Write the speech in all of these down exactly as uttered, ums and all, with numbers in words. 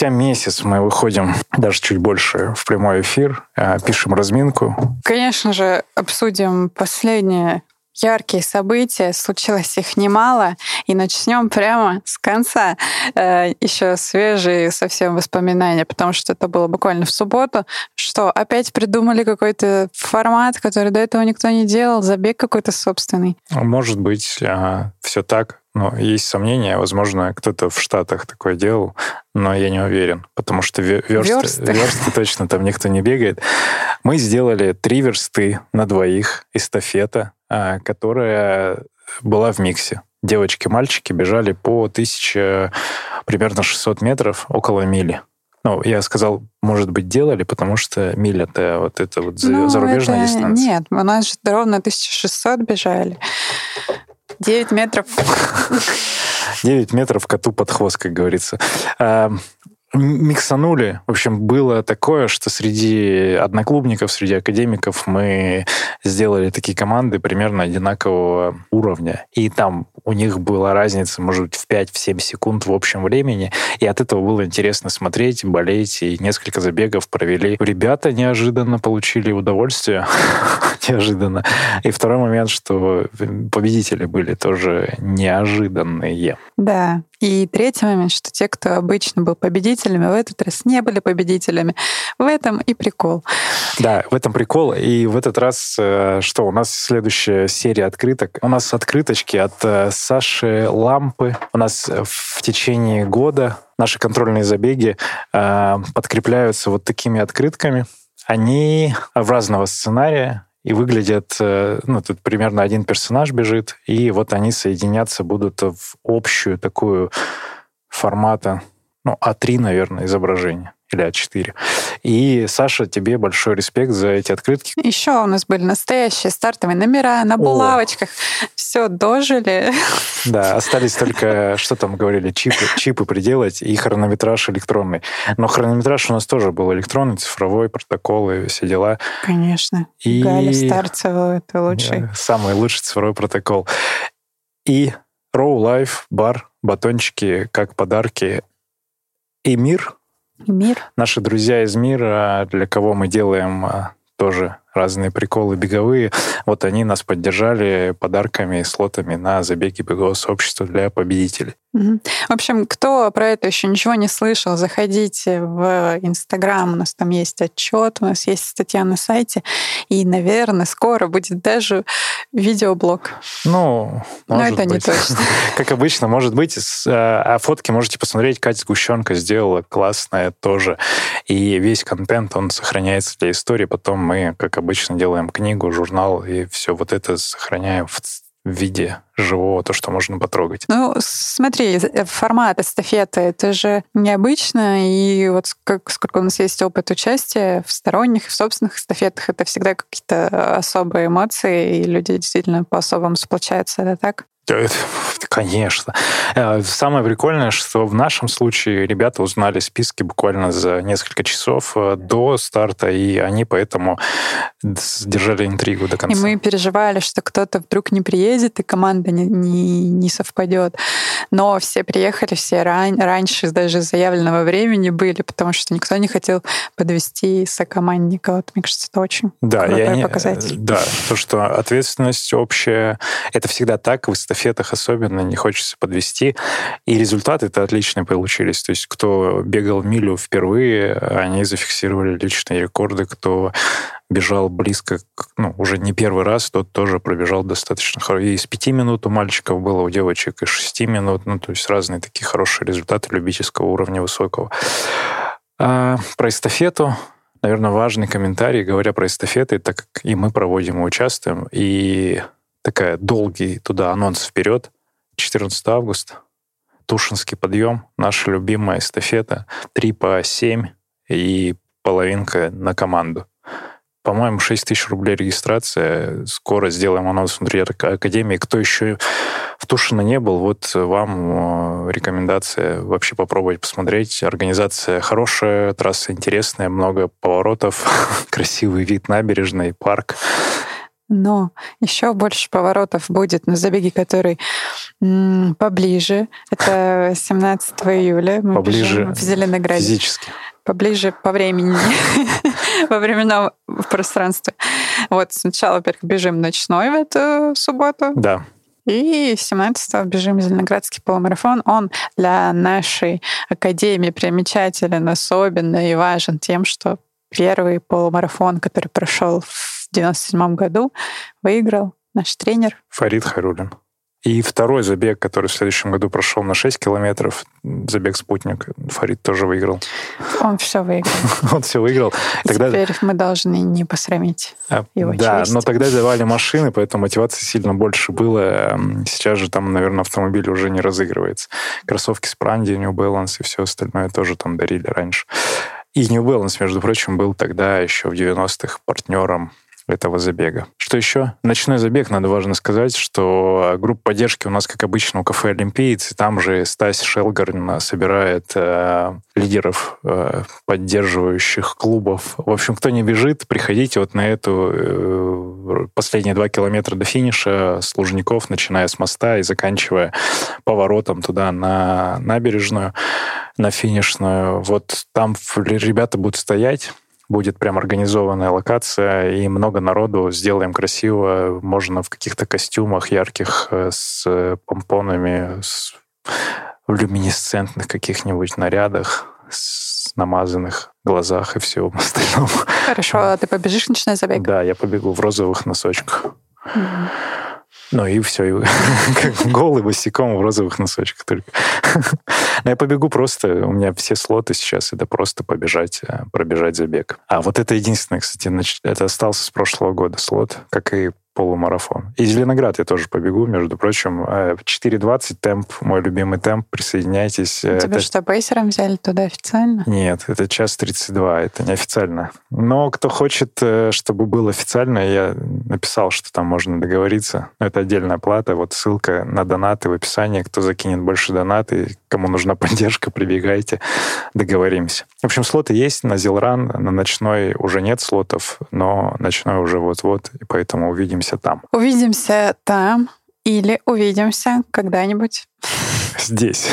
спустя месяц мы выходим, даже чуть больше, в прямой эфир, пишем разминку. Конечно же, обсудим последние яркие события, случилось их немало, и начнем прямо с конца. Еще свежие совсем воспоминания, потому что это было буквально в субботу, что опять придумали какой-то формат, который до этого никто не делал, забег какой-то собственный. Может быть, все так. Но есть сомнения, возможно, кто-то в Штатах такое делал, но я не уверен, потому что версты, версты. версты точно там никто не бегает. Мы сделали три версты на двоих, эстафета, которая была в миксе. Девочки, мальчики бежали по тысяче, примерно шестьсот метров, около мили. Ну, я сказал, может быть, делали, потому что миля — это вот это вот ну, зарубежная это... дистанция. Нет, у нас же ровно тысяча шестьсот бежали. девять метров. девять метров коту под хвост, как говорится. Миксанули. В общем, было такое, что среди одноклубников, среди академиков мы сделали такие команды примерно одинакового уровня. И там у них была разница, может быть, в пять-семь секунд в общем времени. И от этого было интересно смотреть, болеть. И несколько забегов провели. Ребята неожиданно получили удовольствие. Неожиданно. И второй момент, что победители были тоже неожиданные. Да. И третий момент, что те, кто обычно был победителями, в этот раз не были победителями. В этом и прикол. Да, в этом прикол. И в этот раз что? У нас следующая серия открыток. У нас открыточки от Саши Лампы. У нас в течение года наши контрольные забеги подкрепляются вот такими открытками. Они в разного сценария. И выглядят, ну, тут примерно один персонаж бежит, и вот они соединяться будут в общую такую формата, ну, а три, наверное, изображение. Или а четыре. И, Саша, тебе большой респект за эти открытки. Еще у нас были настоящие стартовые номера на булавочках. О. Все дожили. Да, остались только, что там говорили, чипы, чипы приделать и хронометраж электронный. Но хронометраж у нас тоже был электронный, цифровой, протоколы, все дела. Конечно. И... Галя Старцева — это лучший. Да, самый лучший цифровой протокол. И Row Life, бар, батончики, как подарки. И мир. Мир. Наши друзья из мира, для кого мы делаем тоже разные приколы беговые, вот они нас поддержали подарками и слотами на забеги бегового сообщества для победителей. Угу. В общем, кто про это еще ничего не слышал, заходите в Инстаграм, у нас там есть отчет, у нас есть статья на сайте, и, наверное, скоро будет даже видеоблог. Ну, Но это быть. Не точно. Как обычно, может быть. А фотки можете посмотреть. Катя Сгущенка сделала классное тоже. И весь контент, он сохраняется для истории. Потом мы, как обычно, делаем книгу, журнал, и все вот это сохраняем в в виде живого, то, что можно потрогать. Ну, смотри, формат эстафеты — это же необычно, и вот как, сколько у нас есть опыт участия в сторонних, в собственных эстафетах, это всегда какие-то особые эмоции, и люди действительно по-особому сплочаются, это так? Конечно. Самое прикольное, что в нашем случае ребята узнали списки буквально за несколько часов до старта, и они поэтому держали интригу до конца. И мы переживали, что кто-то вдруг не приедет, и команда не, не, не совпадет. Но все приехали, все ран, раньше даже заявленного времени были, потому что никто не хотел подвести сокомандника. Вот, мне кажется, это очень да, крутой они, показатель. Да, то, что ответственность общая, это всегда так, в эстафетах особенно, не хочется подвести. И результаты-то отличные получились. То есть кто бегал милю впервые, они зафиксировали личные рекорды. Кто бежал близко, ну, уже не первый раз, тот тоже пробежал достаточно хорошо. И из пяти минут у мальчиков было, у девочек из шести минут. Ну, то есть разные такие хорошие результаты любительского уровня высокого. А про эстафету, наверное, важный комментарий, говоря про эстафеты, так как и мы проводим и участвуем, и такая долгий туда анонс вперед. четырнадцатого августа. Тушинский подъем. Наша любимая эстафета. три по семь и половинка на команду. По-моему, шесть тысяч рублей регистрация. Скоро сделаем анонс внутри академии. Кто еще в Тушино не был, вот вам рекомендация вообще попробовать посмотреть. Организация хорошая, трасса интересная, много поворотов, красивый вид набережной, парк. Но еще больше поворотов будет на забеге, который М, Поближе. Это семнадцатого июля. Мы Поближе бежим в Зеленограде. физически. Поближе по времени, во временном пространстве. Вот сначала, во-первых, бежим ночной в эту субботу. Да. И семнадцатого бежим Зеленоградский полумарафон. Он для нашей академии примечателен особенно и важен тем, что первый полумарафон, который прошел в девяносто седьмом году, выиграл наш тренер Фарид Хайруллин. И второй забег, который в следующем году прошел на шесть километров, забег «Спутник», Фарид тоже выиграл. Он все выиграл. Он все выиграл. Тогда... Теперь мы должны не посрамить его Да, честь. но тогда давали машины, поэтому мотивации сильно больше было. Сейчас же там, наверное, автомобиль уже не разыгрывается. Кроссовки с Пранди, New Balance и все остальное тоже там дарили раньше. И New Balance, между прочим, был тогда еще в девяностых партнером этого забега. Что еще? Ночной забег, надо важно сказать, что группа поддержки у нас, как обычно, у кафе «Олимпиец», и там же Стась Шелгарн собирает э, лидеров э, поддерживающих клубов. В общем, кто не бежит, приходите вот на эту э, последние два километра до финиша с Лужников, начиная с моста и заканчивая поворотом туда на набережную, на финишную. Вот там ребята будут стоять, будет прям организованная локация, и много народу, сделаем красиво, можно в каких-то костюмах ярких с помпонами, с, в люминесцентных каких-нибудь нарядах, с намазанных глазах и всем остальном. Хорошо, а ты побежишь ночной забег? Да, я побегу в розовых носочках. Mm-hmm. Ну и все, и голый, босиком в розовых носочках только. Но я побегу просто, у меня все слоты сейчас, это просто побежать, пробежать забег. А вот это единственное, кстати, это остался с прошлого года слот, как и полумарафон. И Зеленоград я тоже побегу, между прочим. четыре двадцать темп, мой любимый темп, присоединяйтесь. Тебя это... что, пейсером взяли туда официально? Нет, это час тридцать два, это неофициально. Но кто хочет, чтобы было официально, я написал, что там можно договориться. Но это отдельная плата, вот ссылка на донаты в описании. Кто закинет больше донаты, кому нужна поддержка, прибегайте, договоримся. В общем, слоты есть на Зелран, на ночной уже нет слотов, но ночной уже вот-вот, и поэтому увидимся там. Увидимся там или увидимся когда-нибудь здесь.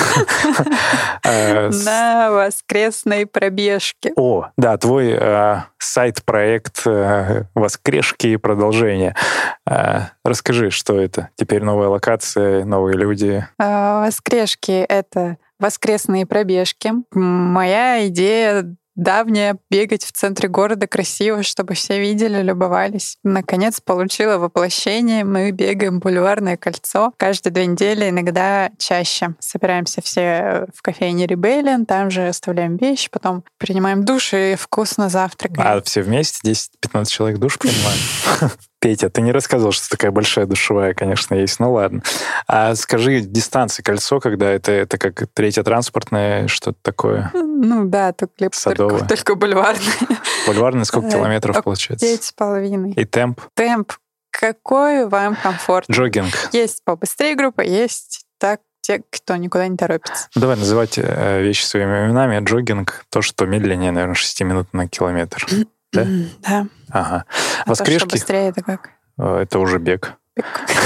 На воскресной пробежке. О, да, твой сайт-проект «Воскрешки» и продолжение. Расскажи, что это? Теперь новая локация, новые люди. «Воскрешки» — это воскресные пробежки. Моя идея давняя — бегать в центре города красиво, чтобы все видели, любовались. Наконец получила воплощение. Мы бегаем бульварное кольцо каждые две недели, иногда чаще. Собираемся все в кофейне Rebellion, там же оставляем вещи, потом принимаем душ и вкусно завтракаем. А все вместе десять-пятнадцать человек душ принимаем? Петя, ты не рассказывал, что такая большая душевая, конечно, есть. Ну ладно. А скажи, дистанция кольцо, когда это, это как третья транспортная, что-то такое? Ну да, только, только, только бульварная. Бульварная сколько километров получается? Девять с половиной. И темп? Темп. Какой вам комфорт? Джогинг. Есть побыстрее группа, есть так те, кто никуда не торопится. Давай называть вещи своими именами. Джогинг — то, что медленнее, наверное, шесть минут на километр. Да? Да. Ага. А Воскрешки? То, что быстрее, это как? Это уже бег. Бег.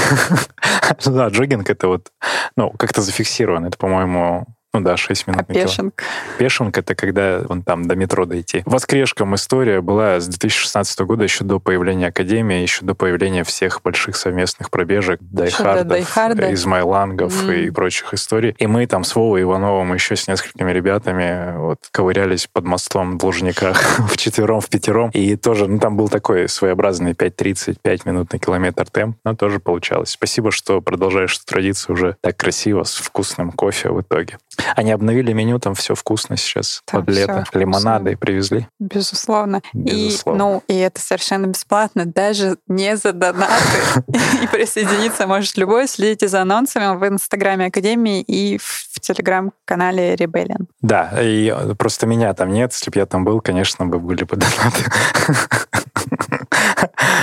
Да, джогинг — это вот, ну, как-то зафиксировано. Это, по-моему, ну да, шесть минут. А пешенка? Пешенка — это когда вон там до метро дойти. Воскрешком история была с две тысячи шестнадцатого года, еще до появления Академии, еще до появления всех больших совместных пробежек, дайхардов, измайлангов mm. и прочих историй. И мы там с Вовой Ивановым, еще с несколькими ребятами вот ковырялись под мостом в Лужниках вчетвером, в пятером. И тоже, ну, там был такой своеобразный пять тридцать, пять минут на километр темп, но тоже получалось. Спасибо, что продолжаешь эту традицию уже так красиво, с вкусным кофе в итоге. Они обновили меню, там все вкусно сейчас там под лето. Лимонады вкусно. Привезли. Безусловно. Безусловно. И, ну, и это совершенно бесплатно, даже не за донаты. И присоединиться может любой. Следите за анонсами в Инстаграме Академии и в Телеграм-канале Rebellion. Да, и просто меня там нет. Если бы я там был, конечно, бы были бы донаты.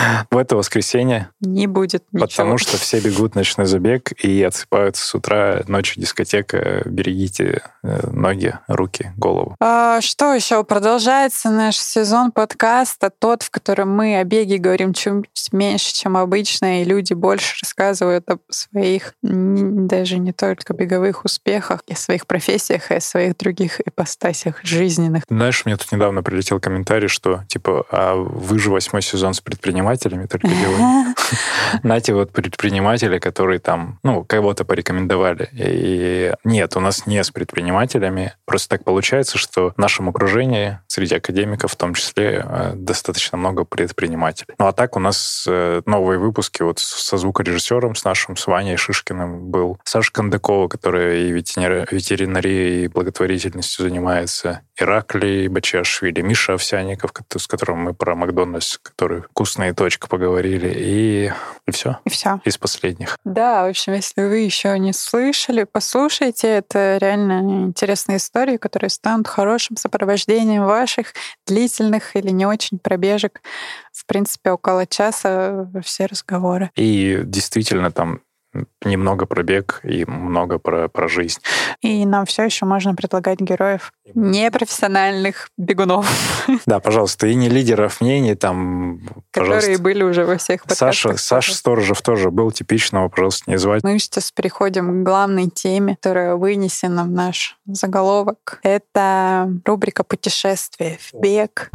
В это воскресенье не будет ничего. Потому что все бегут ночной забег и отсыпаются с утра, ночью дискотека. Берегите ноги, руки, голову. А, что еще? Продолжается наш сезон подкаста, тот, в котором мы о беге говорим чуть меньше, чем обычно, и люди больше рассказывают о своих, даже не только беговых успехах, и о своих профессиях, и о своих других ипостасях жизненных. Знаешь, мне тут недавно прилетел комментарий, что типа, а вы же восьмой сезон с предпринимателями только делаете. Знаете, вот предприниматели, которые там, ну, кого-то порекомендовали. И нет, у нас не с предпринимателями. Просто так получается, что в нашем окружении, среди академиков в том числе, достаточно много предпринимателей. Ну, а так у нас новые выпуски вот со звукорежиссером, с нашим, с Ваней Шишкиным был. Саша Кондакова, которая и ветеринарией, и благотворительностью занимается. Ираклий Бачиашвили, Миша Овсянников, с которым мы про Макдональдс, который вкусная точка поговорили. И, и все. И все. Из последних. Да, в общем, если вы еще не слышали, послушайте. Это реально интересные истории, которые станут хорошим сопровождением ваших длительных или не очень пробежек. В принципе, около часа все разговоры. И действительно там немного про бег и много про, про жизнь. И нам все еще можно предлагать героев непрофессиональных бегунов. Да, пожалуйста, и не лидеров мнений, там, которые пожалуйста. Были уже во всех подкастах. Саша, Саша Сторожев тоже был, типичного, пожалуйста, не звать. Мы сейчас переходим к главной теме, которая вынесена в наш заголовок. Это рубрика «Путешествие в бег».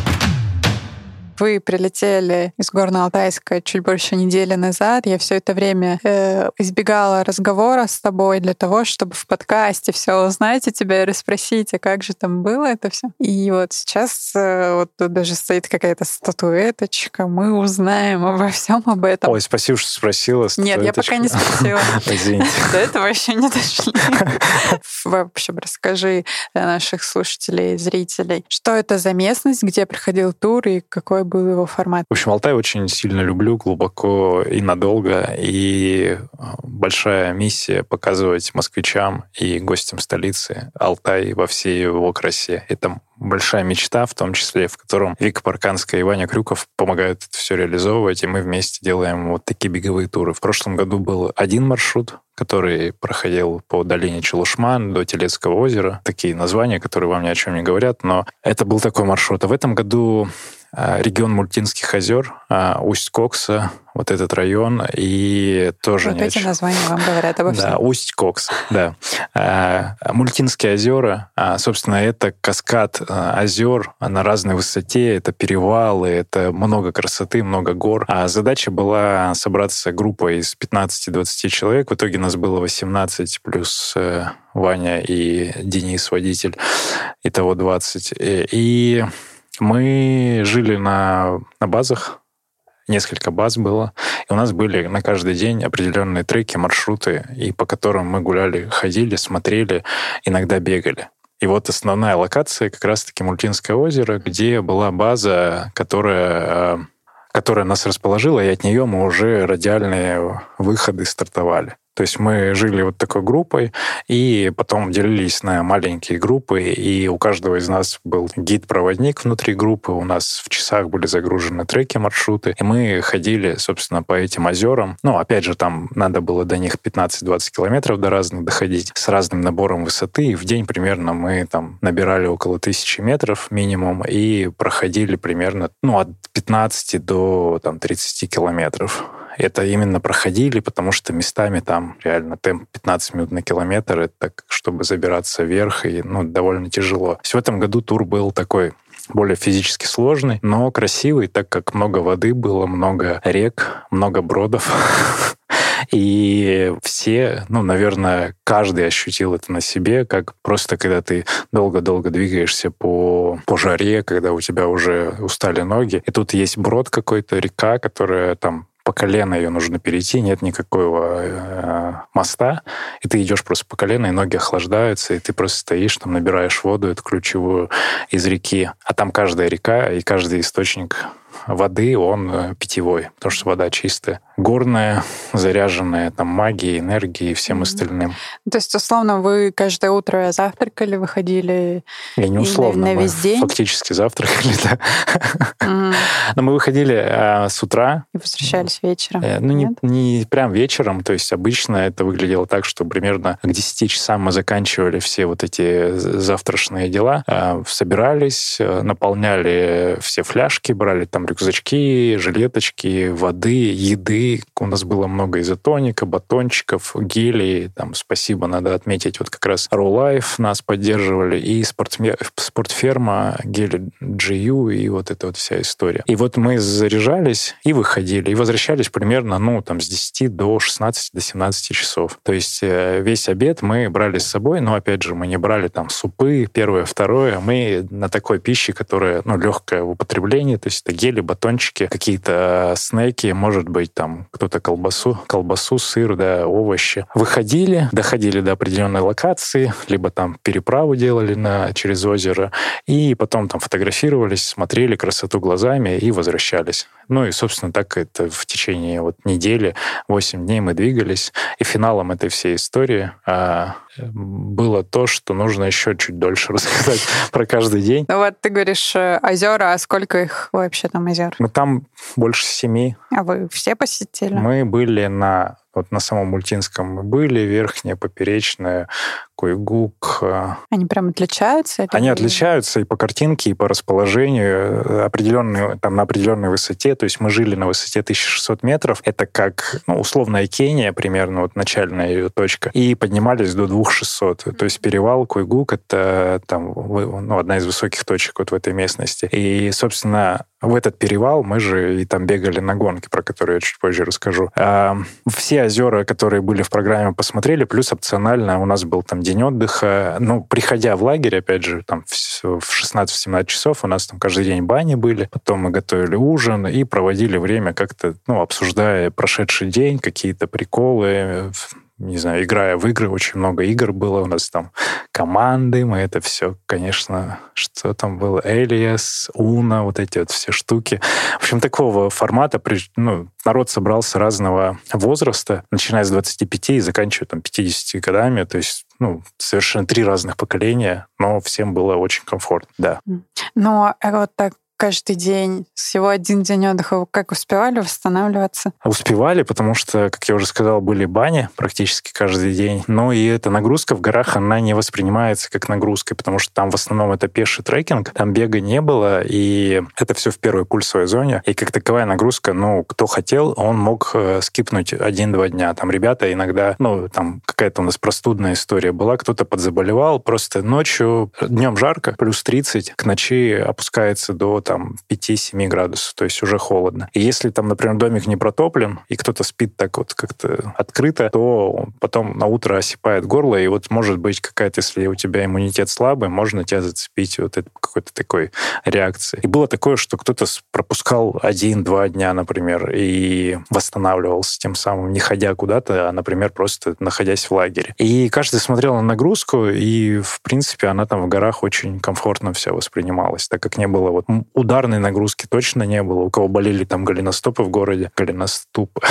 Вы прилетели из Горно-Алтайска чуть больше недели назад. Я все это время э, избегала разговора с тобой для того, чтобы в подкасте все узнать у тебя и расспросить, а как же там было это все. И вот сейчас э, вот тут даже стоит какая-то статуэточка. Мы узнаем обо всем об этом. Ой, спасибо, что спросила. Нет, я пока не спросила. Извините. До этого еще не дошли. В общем, расскажи для наших слушателей и зрителей, что это за местность, где проходил тур и какой был его формат? В общем, Алтай очень сильно люблю, глубоко и надолго. И большая миссия показывать москвичам и гостям столицы Алтай во всей его красе. Это большая мечта, в том числе, в котором Вика Парканская и Ваня Крюков помогают это все реализовывать, и мы вместе делаем вот такие беговые туры. В прошлом году был один маршрут, который проходил по долине Челушман до Телецкого озера. Такие названия, которые вам ни о чем не говорят, но это был такой маршрут. А в этом году регион Мультинских озер, Усть-Кокса, вот этот район, и тоже... Вот эти очень... названия вам говорят обо всем. Да, Усть-Кокс, да. Мультинские озера, собственно, это каскад озер на разной высоте, это перевалы, это много красоты, много гор. А задача была собраться группой из пятнадцати-двадцати человек. В итоге нас было восемнадцать, плюс Ваня и Денис, водитель, итого двадцать. И мы жили на, на базах, несколько баз было, и у нас были на каждый день определенные треки, маршруты, и по которым мы гуляли, ходили, смотрели, иногда бегали. И вот основная локация как раз-таки Мультинское озеро, где была база, которая, которая нас расположила, и от нее мы уже радиальные выходы стартовали. То есть мы жили вот такой группой, и потом делились на маленькие группы, и у каждого из нас был гид-проводник внутри группы, у нас в часах были загружены треки, маршруты, и мы ходили, собственно, по этим озерам. Ну, опять же, там надо было до них пятнадцать-двадцать километров до разных доходить с разным набором высоты, и в день примерно мы там набирали около тысячи метров минимум, и проходили примерно, ну, от пятнадцати до там, тридцати километров. Это именно проходили, потому что местами там реально темп пятнадцать минут на километр, это так, чтобы забираться вверх, и ну, довольно тяжело. В этом году тур был такой более физически сложный, но красивый, так как много воды было, много рек, много бродов. И все, ну, наверное, каждый ощутил это на себе, как просто когда ты долго-долго двигаешься по, по жаре, когда у тебя уже устали ноги, и тут есть брод какой-то, река, которая там по колено ее нужно перейти, нет никакого э, моста, и ты идешь просто по колено, и ноги охлаждаются, и ты просто стоишь, там набираешь воду, эту ключевую из реки. А там каждая река и каждый источник воды, он питьевой, потому что вода чистая. горное, заряженное там магией, энергией и всем mm-hmm. остальным. То есть, условно, вы каждое утро завтракали, выходили Я не условно, на, на весь мы день? Фактически завтракали, да. Mm-hmm. Но мы выходили а, с утра. И возвращались вечером? Э, ну, не, не прям вечером, то есть обычно это выглядело так, что примерно к десяти часам мы заканчивали все вот эти завтрашние дела, а, собирались, наполняли все фляжки, брали там рюкзачки, жилеточки, воды, еды. У нас было много изотоника, батончиков, гелей. Там, спасибо, надо отметить, вот как раз Raw Life нас поддерживали, и Спортферма, гели джи ю, и вот эта вот вся история. И вот мы заряжались и выходили, и возвращались примерно, ну, там, с десяти до шестнадцати, до семнадцати часов. То есть весь обед мы брали с собой, но, опять же, мы не брали там супы, первое, второе. Мы на такой пище, которая, ну, легкая в употреблении, то есть это гели, батончики, какие-то снеки, может быть, там, кто-то колбасу, колбасу, сыр, да, овощи. Выходили, доходили до определенной локации, либо там переправу делали на, через озеро, и потом там фотографировались, смотрели красоту глазами и возвращались. Ну и, собственно, так это в течение вот недели, восемь дней мы двигались. И финалом этой всей истории а, было то, что нужно еще чуть дольше рассказать про каждый день. Ну вот ты говоришь озера, а сколько их вообще там озер? Ну там больше семи. А вы все посетили? Мы были на... Вот на самом Мультинском мы были, Верхняя, Поперечная, Куйгук. Они прям отличаются? Они или... отличаются и по картинке, и по расположению, определенные, там, на определенной высоте. То есть мы жили на высоте тысяча шестьсот метров. Это как, ну, условная Кения, примерно, вот начальная ее точка. И поднимались до двух тысяч шестисот. Mm-hmm. То есть перевал Куйгук — это там, ну, одна из высоких точек вот в этой местности. И, собственно, в этот перевал мы же и там бегали на гонки, про которые я чуть позже расскажу. А все озера, которые были в программе, посмотрели, плюс опционально у нас был там день отдыха. Ну, приходя в лагерь, опять же, там в шестнадцать-семнадцать часов у нас там каждый день бани были, потом мы готовили ужин и проводили время как-то, ну, обсуждая прошедший день, какие-то приколы, не знаю, играя в игры, очень много игр было, у нас там команды, мы это все, конечно, что там было, Элиас, Уна, вот эти вот все штуки. В общем, такого формата, ну, народ собрался разного возраста, начиная с двадцати пяти и заканчивая там пятьюдесятью годами, то есть, ну, совершенно три разных поколения, но всем было очень комфортно, да. Ну, а вот так каждый день, всего один день отдыха, как успевали восстанавливаться? Успевали, потому что, как я уже сказал, были бани практически каждый день. Но и эта нагрузка в горах, она не воспринимается как нагрузка, потому что там в основном это пеший трекинг, там бега не было, и это все в первой пульсовой зоне. И как таковая нагрузка, ну, кто хотел, он мог скипнуть один-два дня. Там ребята иногда, ну, там какая-то у нас простудная история была, кто-то подзаболевал, просто ночью, днем жарко, плюс тридцать, к ночи опускается до там пяти-семи градусов, то есть уже холодно. И если там, например, домик не протоплен, и кто-то спит так вот как-то открыто, то потом на утро осипает горло, и вот может быть какая-то, если у тебя иммунитет слабый, можно тебя зацепить вот это, какой-то такой реакции. И было такое, что кто-то пропускал один-два дня, например, и восстанавливался тем самым, не ходя куда-то, а, например, просто находясь в лагере. И каждый смотрел на нагрузку, и, в принципе, она там в горах очень комфортно вся воспринималась, так как не было вот ударной нагрузки точно не было. У кого болели там голеностопы в городе, голеностопы.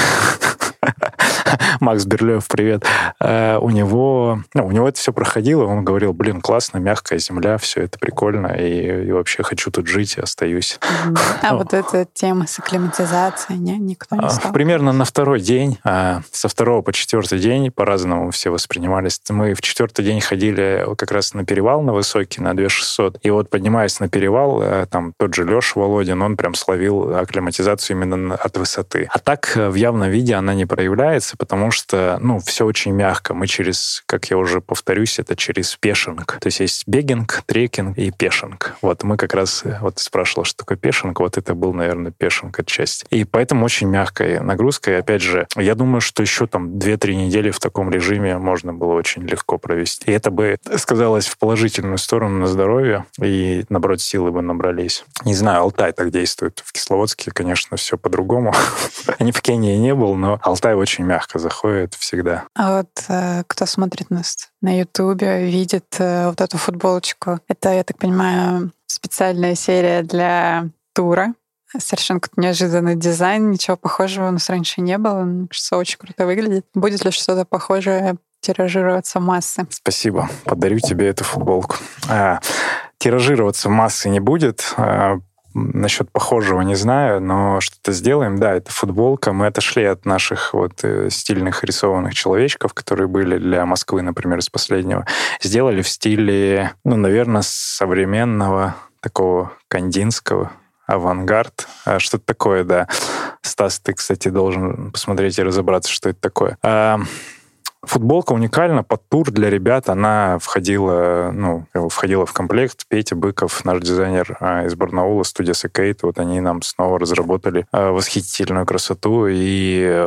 Макс Берлёв, привет. Uh, у него, ну, у него это все проходило, он говорил, блин, классно, мягкая земля, все это прикольно, и, и вообще хочу тут жить, и остаюсь. Mm-hmm. А вот эта тема с акклиматизацией, не? Никто не стал? Примерно на второй день, а, со второго по четвертый день по-разному все воспринимались. Мы в четвертый день ходили как раз на перевал на высокий, на две тысячи шестьсот, и вот поднимаясь на перевал, там тот же Леша Володин, он прям словил акклиматизацию именно от высоты. А так в явном виде она не проявляется, потому что, ну, все очень мягко. Мы через, как я уже повторюсь, это через пешинг. То есть есть бегинг, трекинг и пешинг. Вот мы как раз, вот ты спрашивала, что такое пешинг, вот это был, наверное, пешинг отчасти. И поэтому очень мягкая нагрузка. И опять же, я думаю, что еще там две-три недели в таком режиме можно было очень легко провести. И это бы сказалось в положительную сторону на здоровье, и, наоборот, силы бы набрались. Не знаю, Алтай так действует. В Кисловодске, конечно, все по-другому. Не в Кении не был, но Алтай очень мягко заходит всегда. А вот э, кто смотрит нас на Ютубе, видит э, вот эту футболочку. Это, я так понимаю, специальная серия для тура. Совершенно неожиданный дизайн, ничего похожего у нас раньше не было. Мне кажется, очень круто выглядит. Будет ли что-то похожее тиражироваться в массы? Спасибо. Подарю тебе эту футболку. А, тиражироваться в массы не будет. А, насчет похожего не знаю, но что-то сделаем. Да, это футболка. Мы отошли от наших вот стильных рисованных человечков, которые были для Москвы, например, из последнего. Сделали в стиле, ну, наверное, современного такого кандинского, авангард. Что-то такое, да. Стас, ты, кстати, должен посмотреть и разобраться, что это такое. Футболка уникальна под тур для ребят. Она входила, ну, входила в комплект. Петя Быков, наш дизайнер из Барнаула, студия Секейт, вот они нам снова разработали восхитительную красоту, и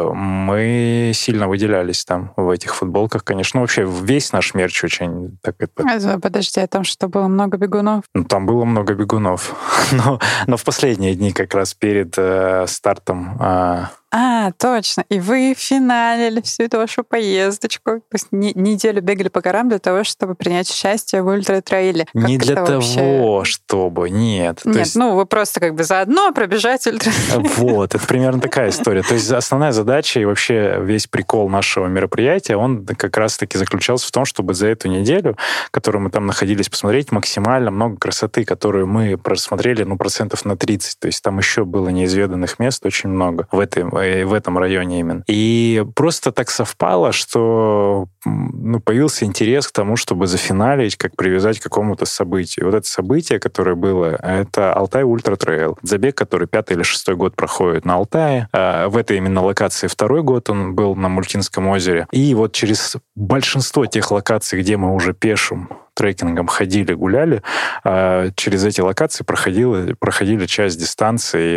мы сильно выделялись там в этих футболках. Конечно, вообще весь наш мерч очень так это... Подожди, а там что, было много бегунов? Ну, там было много бегунов. но, но в последние дни, как раз перед э, стартом... Э, А, точно. И вы финалили всю эту вашу поездочку. То есть не, неделю бегали по горам для того, чтобы принять участие в ультра-трейле. Как не для того, вообще... чтобы, нет. Нет, То есть... ну вы просто как бы заодно пробежать ультра. Вот, это примерно такая история. То есть основная задача и вообще весь прикол нашего мероприятия, он как раз-таки заключался в том, чтобы за эту неделю, которую мы там находились, посмотреть максимально много красоты, которую мы просмотрели, ну, процентов на тридцать. То есть там еще было неизведанных мест очень много в этой в этом районе именно. И просто так совпало, что ну, появился интерес к тому, чтобы зафиналить, как привязать к какому-то событию. И вот это событие, которое было, это Алтай Ультра Трейл. Забег, который пятый или шестой год проходит на Алтае. В этой именно локации второй год он был на Мультинском озере. И вот через большинство тех локаций, где мы уже пешим трекингом ходили, гуляли, через эти локации проходили, проходили часть дистанции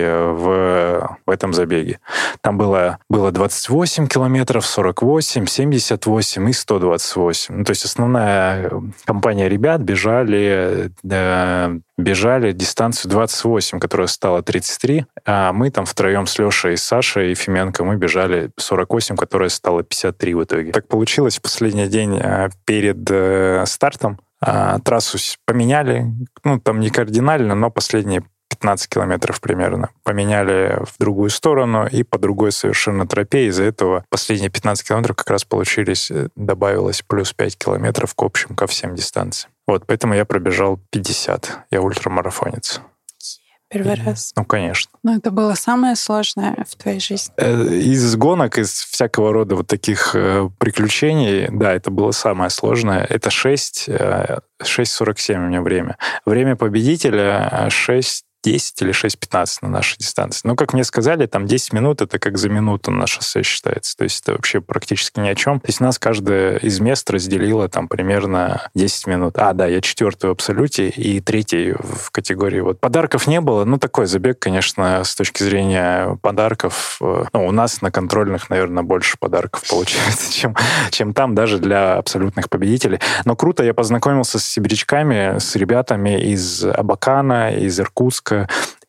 в, в этом забеге. Там было, было двадцать восемь километров, сорок восемь, семьдесят восемь и сто двадцать восемь. Ну, то есть основная компания ребят бежали, э, бежали дистанцию двадцать восемь, которая стала тридцать три, а мы там втроем с Лешей и Сашей Ефименко мы бежали сорок восемь, которая стала пятьдесят три в итоге. Так получилось в последний день перед э, стартом. А, трассу поменяли, ну, там не кардинально, но последние пятнадцать километров примерно поменяли в другую сторону и по другой совершенно тропе. Из-за этого последние пятнадцать километров как раз получились, добавилось плюс пять километров к общим, ко всем дистанциям. Вот, поэтому я пробежал пятьдесят. Я ультрамарафонец. Первый и, раз. Ну, конечно. Ну, это было самое сложное в твоей жизни? Из гонок, из всякого рода вот таких приключений, да, это было самое сложное. Это шесть, шесть сорок семь у меня время. Время победителя шесть десять или шесть пятнадцать на нашей дистанции. Но, как мне сказали, там десять минут — это как за минуту на шоссе считается. То есть это вообще практически ни о чем. То есть нас каждое из мест разделило там примерно десять минут. А, да, я четвертый в абсолюте и третий в категории. Вот подарков не было. Ну, такой забег, конечно, с точки зрения подарков. Ну, у нас на контрольных, наверное, больше подарков получается, чем, чем там, даже для абсолютных победителей. Но круто, я познакомился с сибирячками, с ребятами из Абакана, из Иркутска.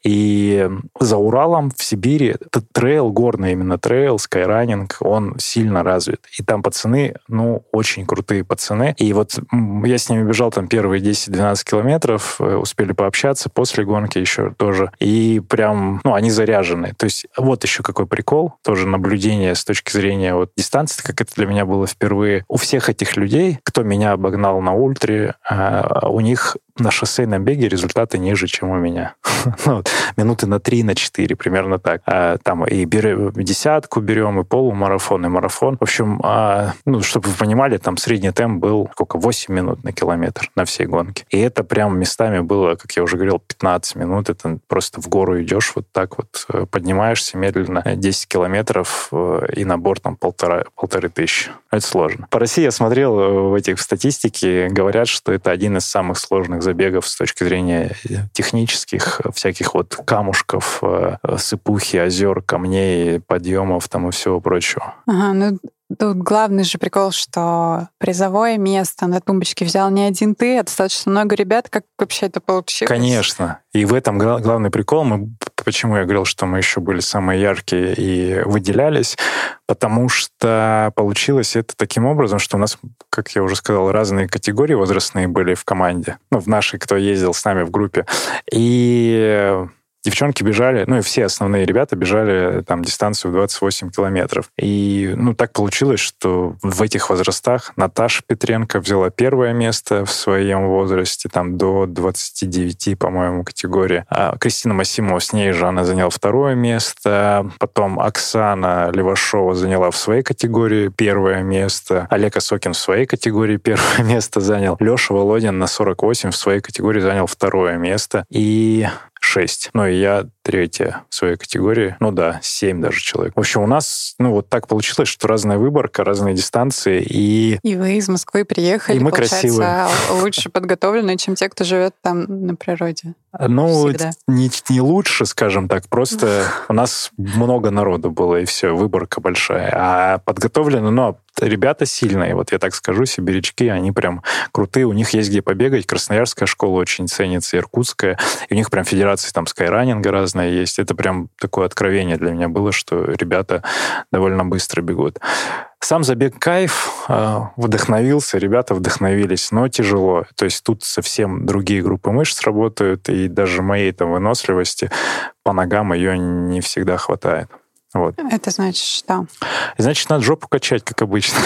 И за Уралом в Сибири этот трейл, горный именно трейл, скайранинг, он сильно развит. И там пацаны, ну, очень крутые пацаны. И вот я с ними бежал там первые десять-двенадцать километров, успели пообщаться, после гонки еще тоже. И прям, ну, они заряжены. То есть вот еще какой прикол, тоже наблюдение с точки зрения вот дистанции, как это для меня было впервые. У всех этих людей, кто меня обогнал на ультре, у них на шоссейном беге результаты ниже, чем у меня. ну, минуты на три, на четыре, примерно так. А, там и берем, десятку берем, и полумарафон, и марафон. В общем, а, ну, чтобы вы понимали, там средний темп был сколько, восемь минут на километр на всей гонке. И это прям местами было, как я уже говорил, пятнадцать минут. Это просто в гору идешь, вот так вот поднимаешься медленно десять километров, и набор там полтора, полторы тысячи. Это сложно. По России я смотрел в этих статистике, говорят, что это один из самых сложных забегов с точки зрения технических, всяких вот камушков, сыпухи, озер, камней, подъемов там и всего прочего. Ага, ну тут главный же прикол, что призовое место на тумбочке взял не один ты, а достаточно много ребят. Как вообще это получилось? Конечно. И в этом главный прикол. Мы, почему я говорил, что мы еще были самые яркие и выделялись? Потому что получилось это таким образом, что у нас, как я уже сказал, разные категории возрастные были в команде. Ну, в нашей, кто ездил с нами в группе. И девчонки бежали, ну и все основные ребята бежали там дистанцию в двадцать восемь километров. И ну так получилось, что в этих возрастах Наташа Петренко взяла первое место в своем возрасте, там до двадцати девяти, по-моему, категории. А Кристина Масимова, с ней же она заняла второе место. Потом Оксана Левашова заняла в своей категории первое место. Олег Осокин в своей категории первое место занял. Леша Володин на сорок восемь в своей категории занял второе место. И шесть. Ну, и я третья в своей категории. Ну да, семь даже человек. В общем, у нас, ну, вот так получилось, что разная выборка, разные дистанции, и... И вы из Москвы приехали, и мы получается, красивые. лучше подготовленные, чем те, кто живет там на природе. Ну, Всегда. не, не лучше, скажем так, просто у нас много народу было, и все, выборка большая. А подготовлены, ну, ребята сильные, вот я так скажу, сибирячки, они прям крутые, у них есть где побегать. Красноярская школа очень ценится, иркутская, и у них прям федерации там скайранинга разная есть. Это прям такое откровение для меня было, что ребята довольно быстро бегут. Сам забег кайф, вдохновился, ребята вдохновились, но тяжело. То есть тут совсем другие группы мышц работают, и даже моей там выносливости по ногам ее не всегда хватает. Вот. Это значит что? Значит, надо жопу качать, как обычно.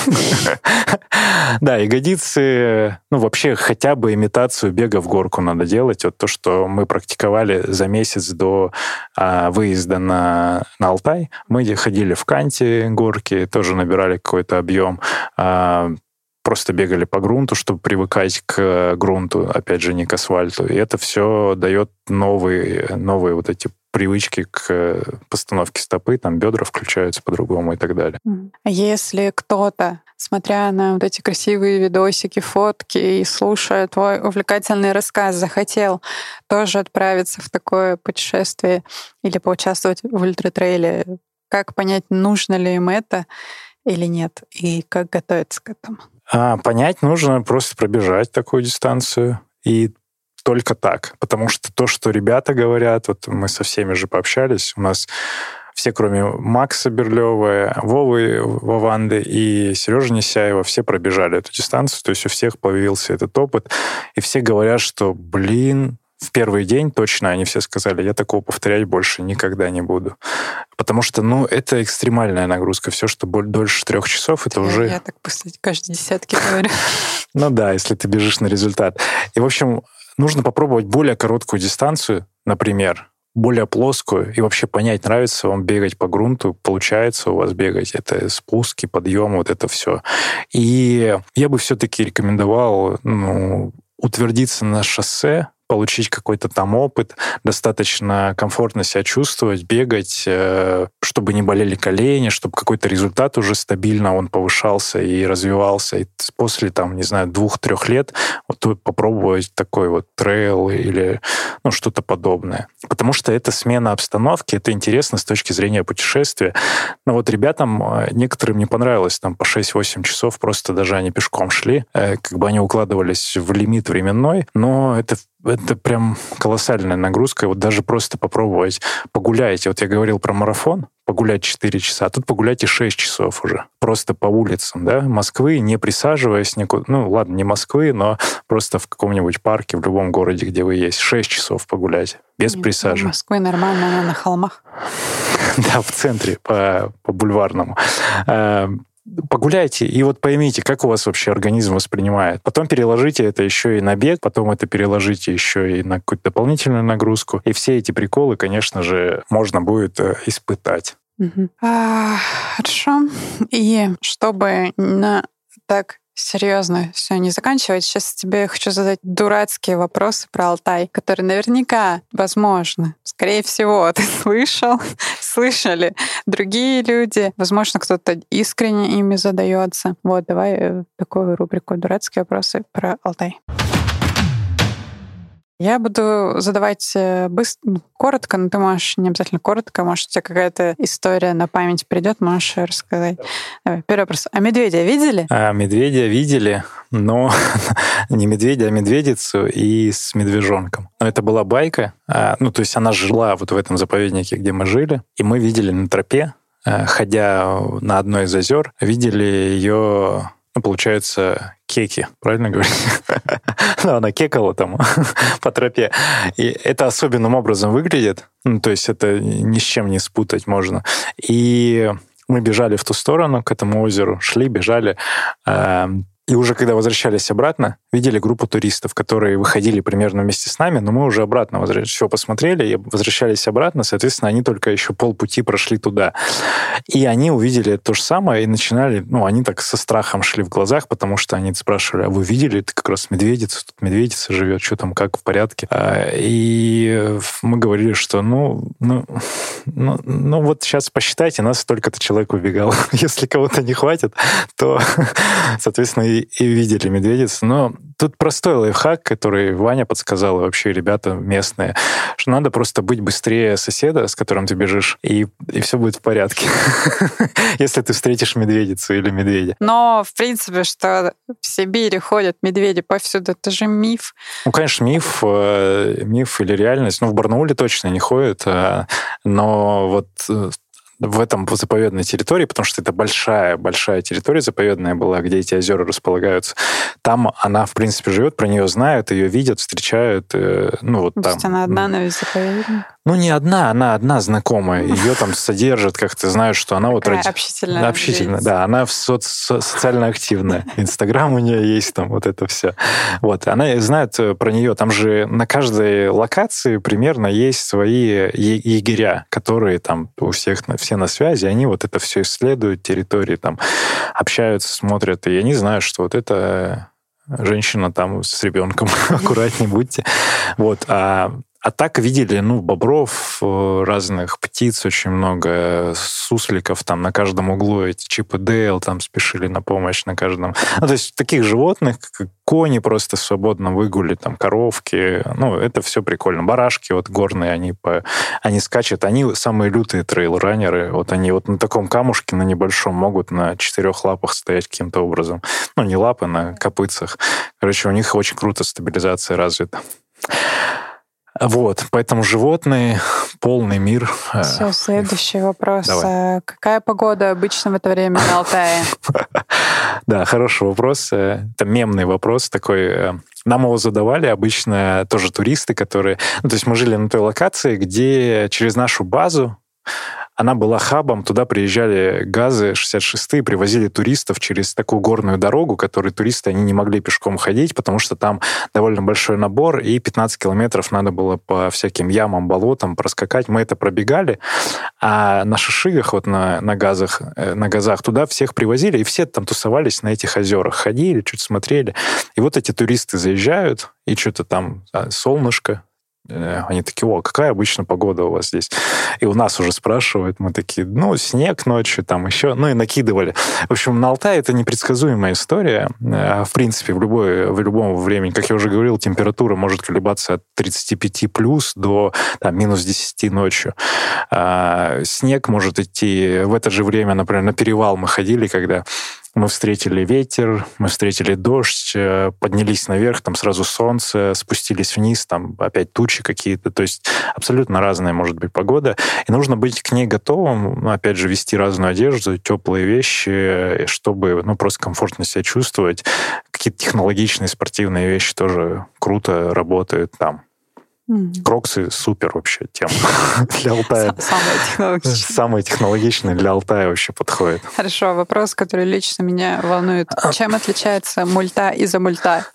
Да, ягодицы, ну, вообще хотя бы имитацию бега в горку надо делать. Вот то, что мы практиковали за месяц до а, выезда на, на Алтай. Мы ходили в канте горки, тоже набирали какой-то объем. А, просто бегали по грунту, чтобы привыкать к грунту, опять же, не к асфальту. И это все дает новые, новые вот эти привычки к постановке стопы, там бедра включаются по-другому и так далее. Если кто-то, смотря на вот эти красивые видосики, фотки и слушая твой увлекательный рассказ, захотел тоже отправиться в такое путешествие или поучаствовать в ультратрейле, как понять, нужно ли им это или нет, и как готовиться к этому? А, понять нужно просто пробежать такую дистанцию, и только так. Потому что то, что ребята говорят, вот мы со всеми же пообщались, у нас все, кроме Макса Берлёва, Вовы Вованды и Сережи Несяева, все пробежали эту дистанцию, то есть у всех появился этот опыт, и все говорят, что, блин, в первый день точно они все сказали, я такого повторять больше никогда не буду. Потому что, ну, это экстремальная нагрузка. Все, что дольше трех часов, это я, уже... Я так после каждой десятки говорю. Ну да, если ты бежишь на результат. И, в общем, нужно попробовать более короткую дистанцию, например, более плоскую, и вообще понять, нравится вам бегать по грунту, получается у вас бегать, это спуски, подъемы, вот это все. И я бы все-таки рекомендовал, ну, утвердиться на шоссе, получить какой-то там опыт, достаточно комфортно себя чувствовать, бегать, чтобы не болели колени, чтобы какой-то результат уже стабильно он повышался и развивался. И после, там, не знаю, двух-трех лет вот попробовать такой вот трейл или ну, что-то подобное. Потому что это смена обстановки, это интересно с точки зрения путешествия. Но вот ребятам, некоторым не понравилось, там по шесть-восемь часов просто даже они пешком шли, как бы они укладывались в лимит временной, но это Это прям колоссальная нагрузка. Вот даже просто попробовать погулять. Вот я говорил про марафон, погулять четыре часа, а тут погулять и шесть часов уже. Просто по улицам, да, Москвы, не присаживаясь никуда. Ну, ладно, не Москвы, но просто в каком-нибудь парке, в любом городе, где вы есть. шесть часов погулять, без присаживания. Москвы нормально, она на холмах. Да, в центре, по, по бульварному. Погуляйте и вот поймите, как у вас вообще организм воспринимает. Потом переложите это еще и на бег, потом это переложите еще и на какую-то дополнительную нагрузку. И все эти приколы, конечно же, можно будет испытать. Угу. А, хорошо. И чтобы на так серьезно все не заканчивать, сейчас тебе хочу задать дурацкие вопросы про Алтай, которые наверняка, возможно, скорее всего, ты слышал, слышали другие люди, возможно, кто-то искренне ими задается. Вот, давай такую рубрику «Дурацкие вопросы про Алтай». Я буду задавать быстро, коротко, но ты можешь не обязательно коротко, может, у тебя какая-то история на память придет, можешь рассказать. Давай, первый вопрос. А медведя видели? А, медведя видели, но не медведя, а медведицу и с медвежонком. Но это была байка, ну, то есть она жила вот в этом заповеднике, где мы жили, и мы видели на тропе, ходя на одно из озер, видели ее ну, получается, кеки, правильно говорить? Ну, она кекала там по тропе. И это особенным образом выглядит. Ну, то есть это ни с чем не спутать можно. И мы бежали в ту сторону, к этому озеру, шли, бежали. И уже когда возвращались обратно, видели группу туристов, которые выходили примерно вместе с нами, но мы уже обратно возвращались, все посмотрели и возвращались обратно, соответственно, они только еще полпути прошли туда. И они увидели то же самое и начинали, ну, они так со страхом шли в глазах, потому что они спрашивали, а вы видели, это как раз медведица, тут медведица живет, что там, как, в порядке? И мы говорили, что, ну, ну, ну, ну вот сейчас посчитайте, нас столько-то человек убегало. Если кого-то не хватит, то, соответственно, и видели медведицу. Но тут простой лайфхак, который Ваня подсказал, и вообще ребята местные, что надо просто быть быстрее соседа, с которым ты бежишь, и, и все будет в порядке. Если ты встретишь медведицу или медведя. Но, в принципе, что в Сибири ходят медведи повсюду, это же миф. Ну, конечно, миф, миф или реальность. Ну, в Барнауле точно не ходят, но вот в этом заповедной территории, потому что это большая-большая территория заповедная была, где эти озера располагаются. Там она, в принципе, живет, про нее знают, ее видят, встречают. Ну, вот То там. есть она одна на весь заповедник? Ну, не одна, она одна знакомая. Ее там содержат, как-то знают, что она вот... Ради... общительная. Общительная, да. Она соц... социально активная. Инстаграм у нее есть, там вот это все. Вот. Она знает про нее. Там же на каждой локации примерно есть свои егеря, которые там у всех, все на связи, они вот это все исследуют, территории там общаются, смотрят. И они знают, что вот это женщина там с ребенком. Аккуратнее будьте. Вот. А А так видели, ну, бобров, разных птиц очень много, сусликов там на каждом углу, эти Чип и Дейл там спешили на помощь на каждом. Ну, то есть таких животных, как кони просто свободно выгули, там коровки, ну, это все прикольно. Барашки вот горные, они, по, они скачут, они самые лютые трейл-раннеры, вот они вот на таком камушке, на небольшом, могут на четырех лапах стоять каким-то образом. Ну, не лапы, на копытцах. Короче, у них очень круто стабилизация развита. Вот, поэтому животные, полный мир. Все, следующий вопрос. Давай. Какая погода обычно в это время на Алтае? Да, хороший вопрос. Это мемный вопрос такой. Нам его задавали обычно тоже туристы, которые... Ну, то есть мы жили на той локации, где через нашу базу она была хабом, туда приезжали газы шестьдесят шестые, привозили туристов через такую горную дорогу, которую туристы они не могли пешком ходить, потому что там довольно большой набор, и пятнадцать километров надо было по всяким ямам, болотам проскакать. Мы это пробегали, а на шишигах, вот на, на, газах, на газах, туда всех привозили, и все там тусовались на этих озерах, ходили, что-то смотрели. И вот эти туристы заезжают, и что-то там солнышко, они такие, о, какая обычно погода у вас здесь? И у нас уже спрашивают, мы такие, ну, снег ночью, там еще, ну, и накидывали. В общем, на Алтае это непредсказуемая история. В принципе, в, любое, в любом времени, как я уже говорил, температура может колебаться от тридцати пяти плюс до там, минус десяти ночью. А снег может идти в это же время, например, на перевал мы ходили, когда мы встретили ветер, мы встретили дождь, поднялись наверх, там сразу солнце, спустились вниз, там опять тучи какие-то. То есть абсолютно разная может быть погода. И нужно быть к ней готовым, опять же, вести разную одежду, теплые вещи, чтобы ну, просто комфортно себя чувствовать. Какие-то технологичные спортивные вещи тоже круто работают там. Mm-hmm. Кроксы супер вообще тема для Алтая. Самые технологичные. Самые технологичные для Алтая вообще подходит. Хорошо, вопрос, который лично меня волнует. Чем отличается мульта изомульта?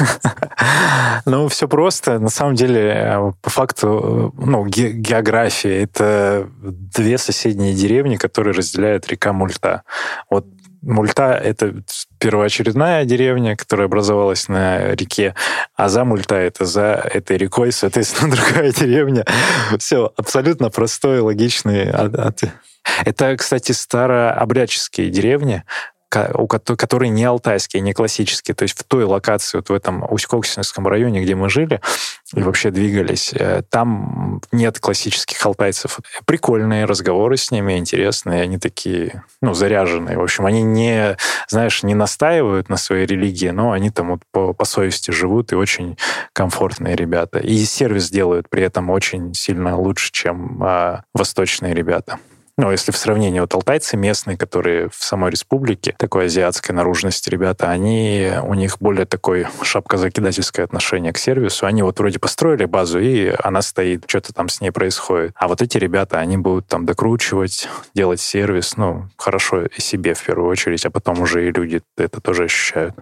Ну, все просто. На самом деле, по факту, ну, ге- география — это две соседние деревни, которые разделяет река Мульта. Вот Мульта — это первоочередная деревня, которая образовалась на реке, а за Мульта — это за этой рекой, соответственно, другая деревня. Все абсолютно простой, логичный. Это, кстати, старообрядческие деревни, которые не алтайские, не классические. То есть в той локации, вот в этом Усть-Коксинском районе, где мы жили и вообще двигались, там нет классических алтайцев. Прикольные разговоры с ними, интересные, они такие, ну, заряженные. В общем, они не, знаешь, не настаивают на своей религии, но они там вот по, по совести живут и очень комфортные ребята. И сервис делают при этом очень сильно лучше, чем а, восточные ребята. Ну, если в сравнении, вот алтайцы местные, которые в самой республике, такой азиатской наружности ребята, они, у них более такой шапкозакидательское отношение к сервису. Они вот вроде построили базу, и она стоит, что-то там с ней происходит. А вот эти ребята, они будут там докручивать, делать сервис, ну, хорошо и себе в первую очередь, а потом уже и люди это тоже ощущают.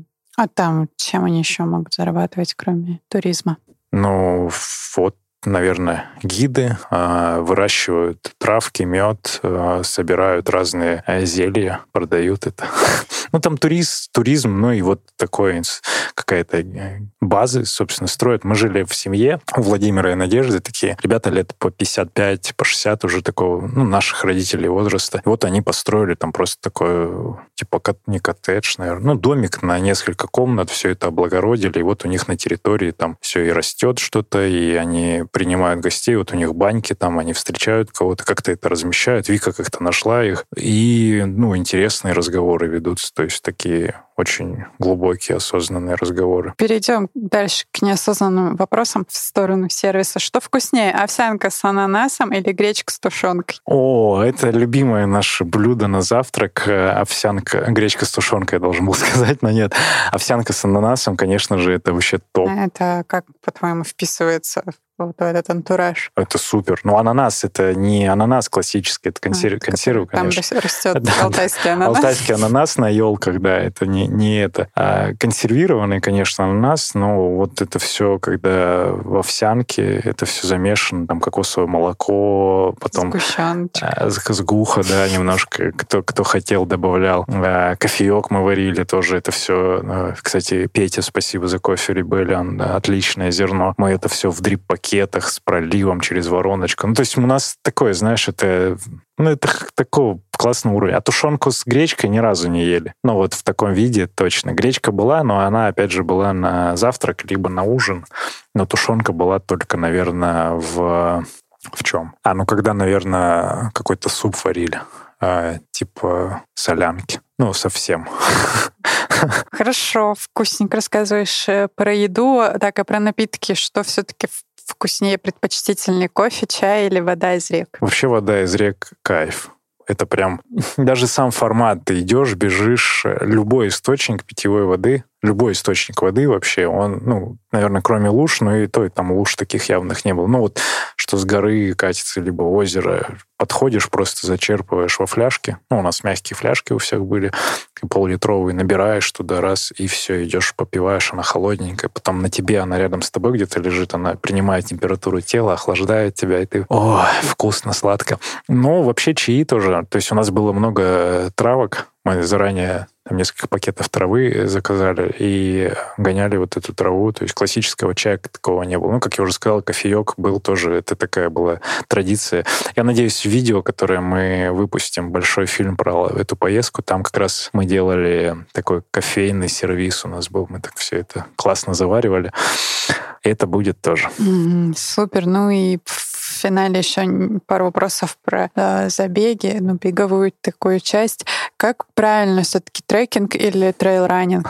А там чем они еще могут зарабатывать, кроме туризма? Ну, вот, наверное, гиды э, выращивают травки, мед, э, собирают разные э, зелья, продают это. Ну, там турист, туризм, ну и вот такой какая-то база, собственно, строят. Мы жили в семье у Владимира и Надежды, такие ребята лет по пятьдесят пять, по шестьдесят уже такого, ну, наших родителей возраста. И вот они построили там просто такой, типа, не коттедж, наверное, ну, домик на несколько комнат, все это облагородили, и вот у них на территории там все и растет что-то, и они принимают гостей, вот у них баньки там, они встречают кого-то, как-то это размещают, Вика как-то нашла их, и, ну, интересные разговоры ведутся, то есть такие очень глубокие, осознанные разговоры. Перейдем дальше к неосознанным вопросам в сторону сервиса. Что вкуснее, овсянка с ананасом или гречка с тушенкой? О, это любимое наше блюдо на завтрак. Овсянка, гречка с тушенкой, я должен был сказать, но нет. Овсянка с ананасом, конечно же, это вообще топ. Это как, по-твоему, вписывается вот в этот антураж? Это супер. Но ананас — это не ананас классический, это консерв, а, консервы, конечно. Там растет алтайский ананас. Алтайский ананас на елках, да, это не, не это. А консервированный, конечно, ананас, но вот это все, когда в овсянке, это все замешано, там кокосовое молоко, потом... Сгущеночка. Сгуха, да, немножко, кто, кто хотел, добавлял. А, кофеек мы варили тоже, это все... Кстати, Петя, спасибо за кофе Ребелиан, да, отличное зерно. Мы это все в дрип-пакетах с проливом через вороночку. Ну, то есть у нас такое, знаешь, это... Ну, это такого классного уровня. А тушенку с гречкой ни разу не ели. Ну, вот в таком виде точно. Гречка была, но она, опять же, была на завтрак, либо на ужин. Но тушенка была только, наверное, в... В чем? А, ну, когда, наверное, какой-то суп варили. А, типа солянки. Ну, совсем. Хорошо, вкусненько рассказываешь про еду. Так, а про напитки, что все-таки вкуснее, предпочтительнее, кофе, чай или вода из рек? Вообще вода из рек — кайф. Это прям... Даже сам формат. Ты идешь, бежишь, любой источник питьевой воды, любой источник воды вообще, он, ну, наверное, кроме луж, но и то, и там луж таких явных не было. Ну, вот что с горы катится, либо озеро, подходишь, просто зачерпываешь во фляжке. Ну, у нас мягкие фляжки у всех были, полулитровые, набираешь туда раз, и все, идешь, попиваешь, она холодненькая, потом на тебе, она рядом с тобой где-то лежит, она принимает температуру тела, охлаждает тебя, и ты, ой, вкусно, сладко. Но вообще чаи тоже, то есть у нас было много травок, мы заранее там несколько пакетов травы заказали и гоняли вот эту траву. То есть классического чая такого не было. Ну, как я уже сказал, кофеек был тоже. Это такая была традиция. Я надеюсь, видео, которое мы выпустим, большой фильм про эту поездку, там как раз мы делали такой кофейный сервис у нас был. Мы так все это классно заваривали. И это будет тоже. Mm, супер. Ну и в финале еще пару вопросов про э, забеги, ну, беговую такую часть. Как правильно все-таки трекинг или трейл-раннинг?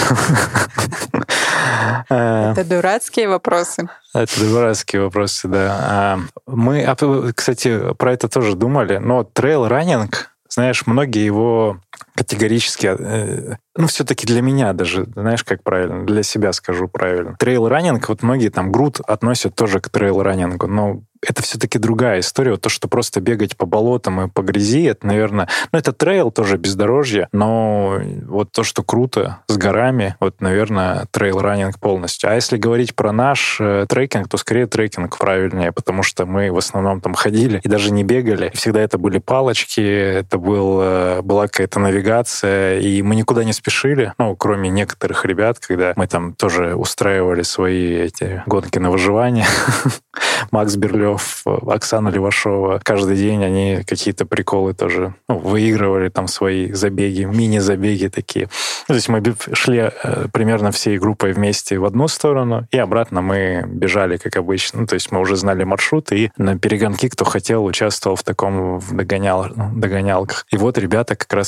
Это дурацкие вопросы. Это дурацкие вопросы, да. Мы, кстати, про это тоже думали, но трейл-раннинг, знаешь, многие его категорически... Ну, все-таки для меня даже, знаешь, как правильно, для себя скажу правильно. Трейл-раннинг, вот многие там груд относят тоже к трейл-раннингу, но это все-таки другая история. Вот то, что просто бегать по болотам и по грязи, это, наверное... Ну, это трейл тоже, бездорожье, но вот то, что круто с горами, вот, наверное, трейл-раннинг полностью. А если говорить про наш э, трекинг, то скорее трекинг правильнее, потому что мы в основном там ходили и даже не бегали. Всегда это были палочки, это был, э, была какая-то навигация, и мы никуда не спешили, ну, кроме некоторых ребят, когда мы там тоже устраивали свои эти гонки на выживание. Макс Берлёв, Оксана Левашова. Каждый день они какие-то приколы тоже, ну, выигрывали там свои забеги, мини-забеги такие. То есть мы шли примерно всей группой вместе в одну сторону, и обратно мы бежали, как обычно. Ну, то есть мы уже знали маршрут, и на перегонки, кто хотел, участвовал в таком в догонял, догонялках. И вот ребята, как раз-таки Макс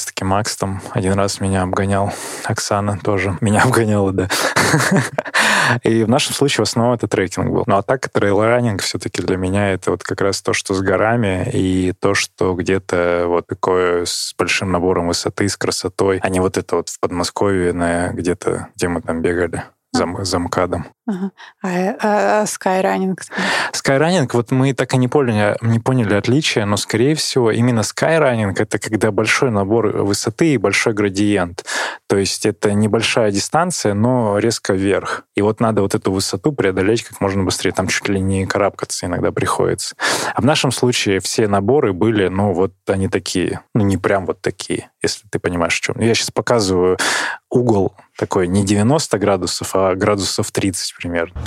Макс там один раз меня обгонял, Оксана тоже меня обгоняла, да. И в нашем случае в основном это трекинг был. Ну а так трейл-раннинг все-таки для меня это вот как раз то, что с горами, и то, что где-то вот такое с большим набором высоты, с красотой, а не вот это вот в Подмосковье, на где-то, где мы там бегали. За, за МКАДом. Ага. А, а, а скайранинг? Скайранинг, вот мы так и не поняли, не поняли отличия, но, скорее всего, именно скайранинг — это когда большой набор высоты и большой градиент. То есть это небольшая дистанция, но резко вверх. И вот надо вот эту высоту преодолеть как можно быстрее. Там чуть ли не карабкаться иногда приходится. А в нашем случае все наборы были, ну, вот они такие. Ну, не прям вот такие, если ты понимаешь, о чем. Я сейчас показываю угол такой не девяносто градусов, а градусов тридцать примерно.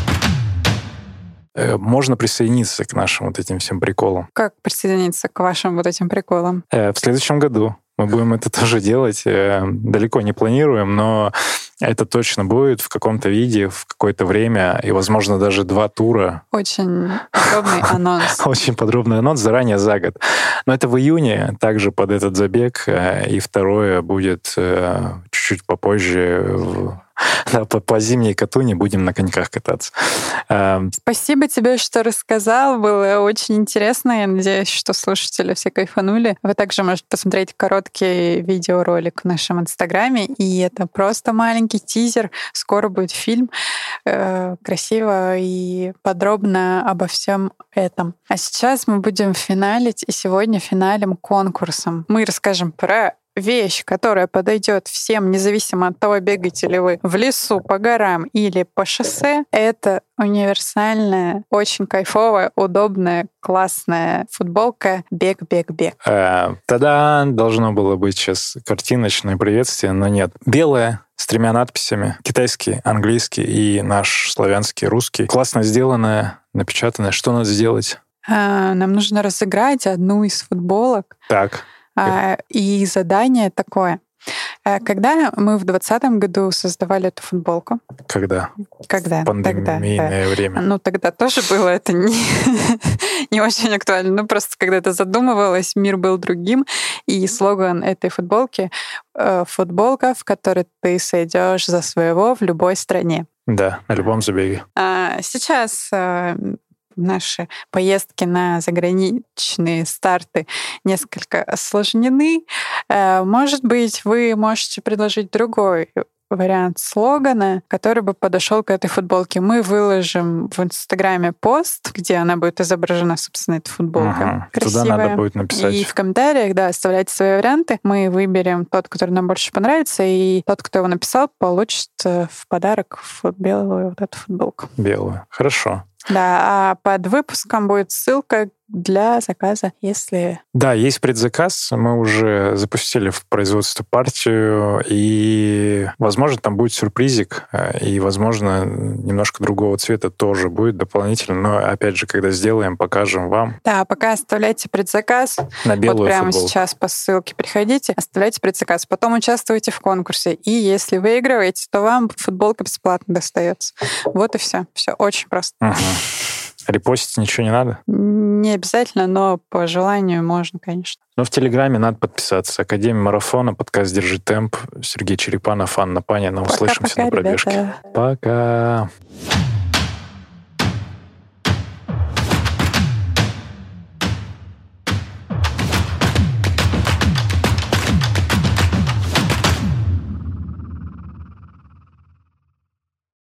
Можно присоединиться к нашим вот этим всем приколам. Как присоединиться к вашим вот этим приколам? В следующем году мы будем это тоже делать. Далеко не планируем, но это точно будет в каком-то виде, в какое-то время, и, возможно, даже два тура. Очень подробный анонс. Очень подробный анонс заранее за год. Но это в июне, также под этот забег, и второе будет чуть-чуть попозже. Да, по, по зимней Катуни будем на коньках кататься. Спасибо тебе, что рассказал. Было очень интересно. Я надеюсь, что слушатели все кайфанули. Вы также можете посмотреть короткий видеоролик в нашем Инстаграме. И это просто маленький тизер. Скоро будет фильм. Красиво и подробно обо всем этом. А сейчас мы будем финалить. И сегодня финалим конкурсом. Мы расскажем про вещь, которая подойдет всем, независимо от того, бегаете ли вы в лесу, по горам или по шоссе, это универсальная, очень кайфовая, удобная, классная футболка «Бег-бег-бег». Э, Тогда должно было быть сейчас картиночное приветствие, но нет. Белая, с тремя надписями. Китайский, английский и наш славянский, русский. Классно сделанная, напечатанная. Что надо сделать? А, нам нужно разыграть одну из футболок. Так. А, и задание такое. Когда мы в двадцатом году создавали эту футболку? Когда? Когда? Пандемийное тогда, да. время. Ну, тогда тоже было это не, не очень актуально. Ну, просто когда это задумывалось, мир был другим. И слоган этой футболки — футболка, в которой ты сойдешь за своего в любой стране. Да, на любом забеге. А сейчас наши поездки на заграничные старты несколько осложнены. Может быть, вы можете предложить другой вариант слогана, который бы подошел к этой футболке. Мы выложим в Инстаграме пост, где она будет изображена, собственно, эта футболка. Ага. Туда надо будет написать. И в комментариях, да, оставляйте свои варианты. Мы выберем тот, который нам больше понравится, и тот, кто его написал, получит в подарок белую вот эту футболку. Белую. Хорошо. Да, а под выпуском будет ссылка для заказа, если... Да, есть предзаказ. Мы уже запустили в производство партию, и, возможно, там будет сюрпризик, и, возможно, немножко другого цвета тоже будет дополнительно. Но, опять же, когда сделаем, покажем вам. Да, пока оставляйте предзаказ. На белую вот прямо футболку. Сейчас по ссылке приходите, оставляйте предзаказ. Потом участвуйте в конкурсе. И если выигрываете, то вам футболка бесплатно достается. Вот и все. Все очень просто. Угу. Репостить ничего не надо? Не обязательно, но по желанию можно, конечно. Но в Телеграме надо подписаться. Академия марафона, подкаст «Держи темп». Сергей Черепанов, Анна Панина. Услышимся Пока-пока, на пробежке. ребята. Пока.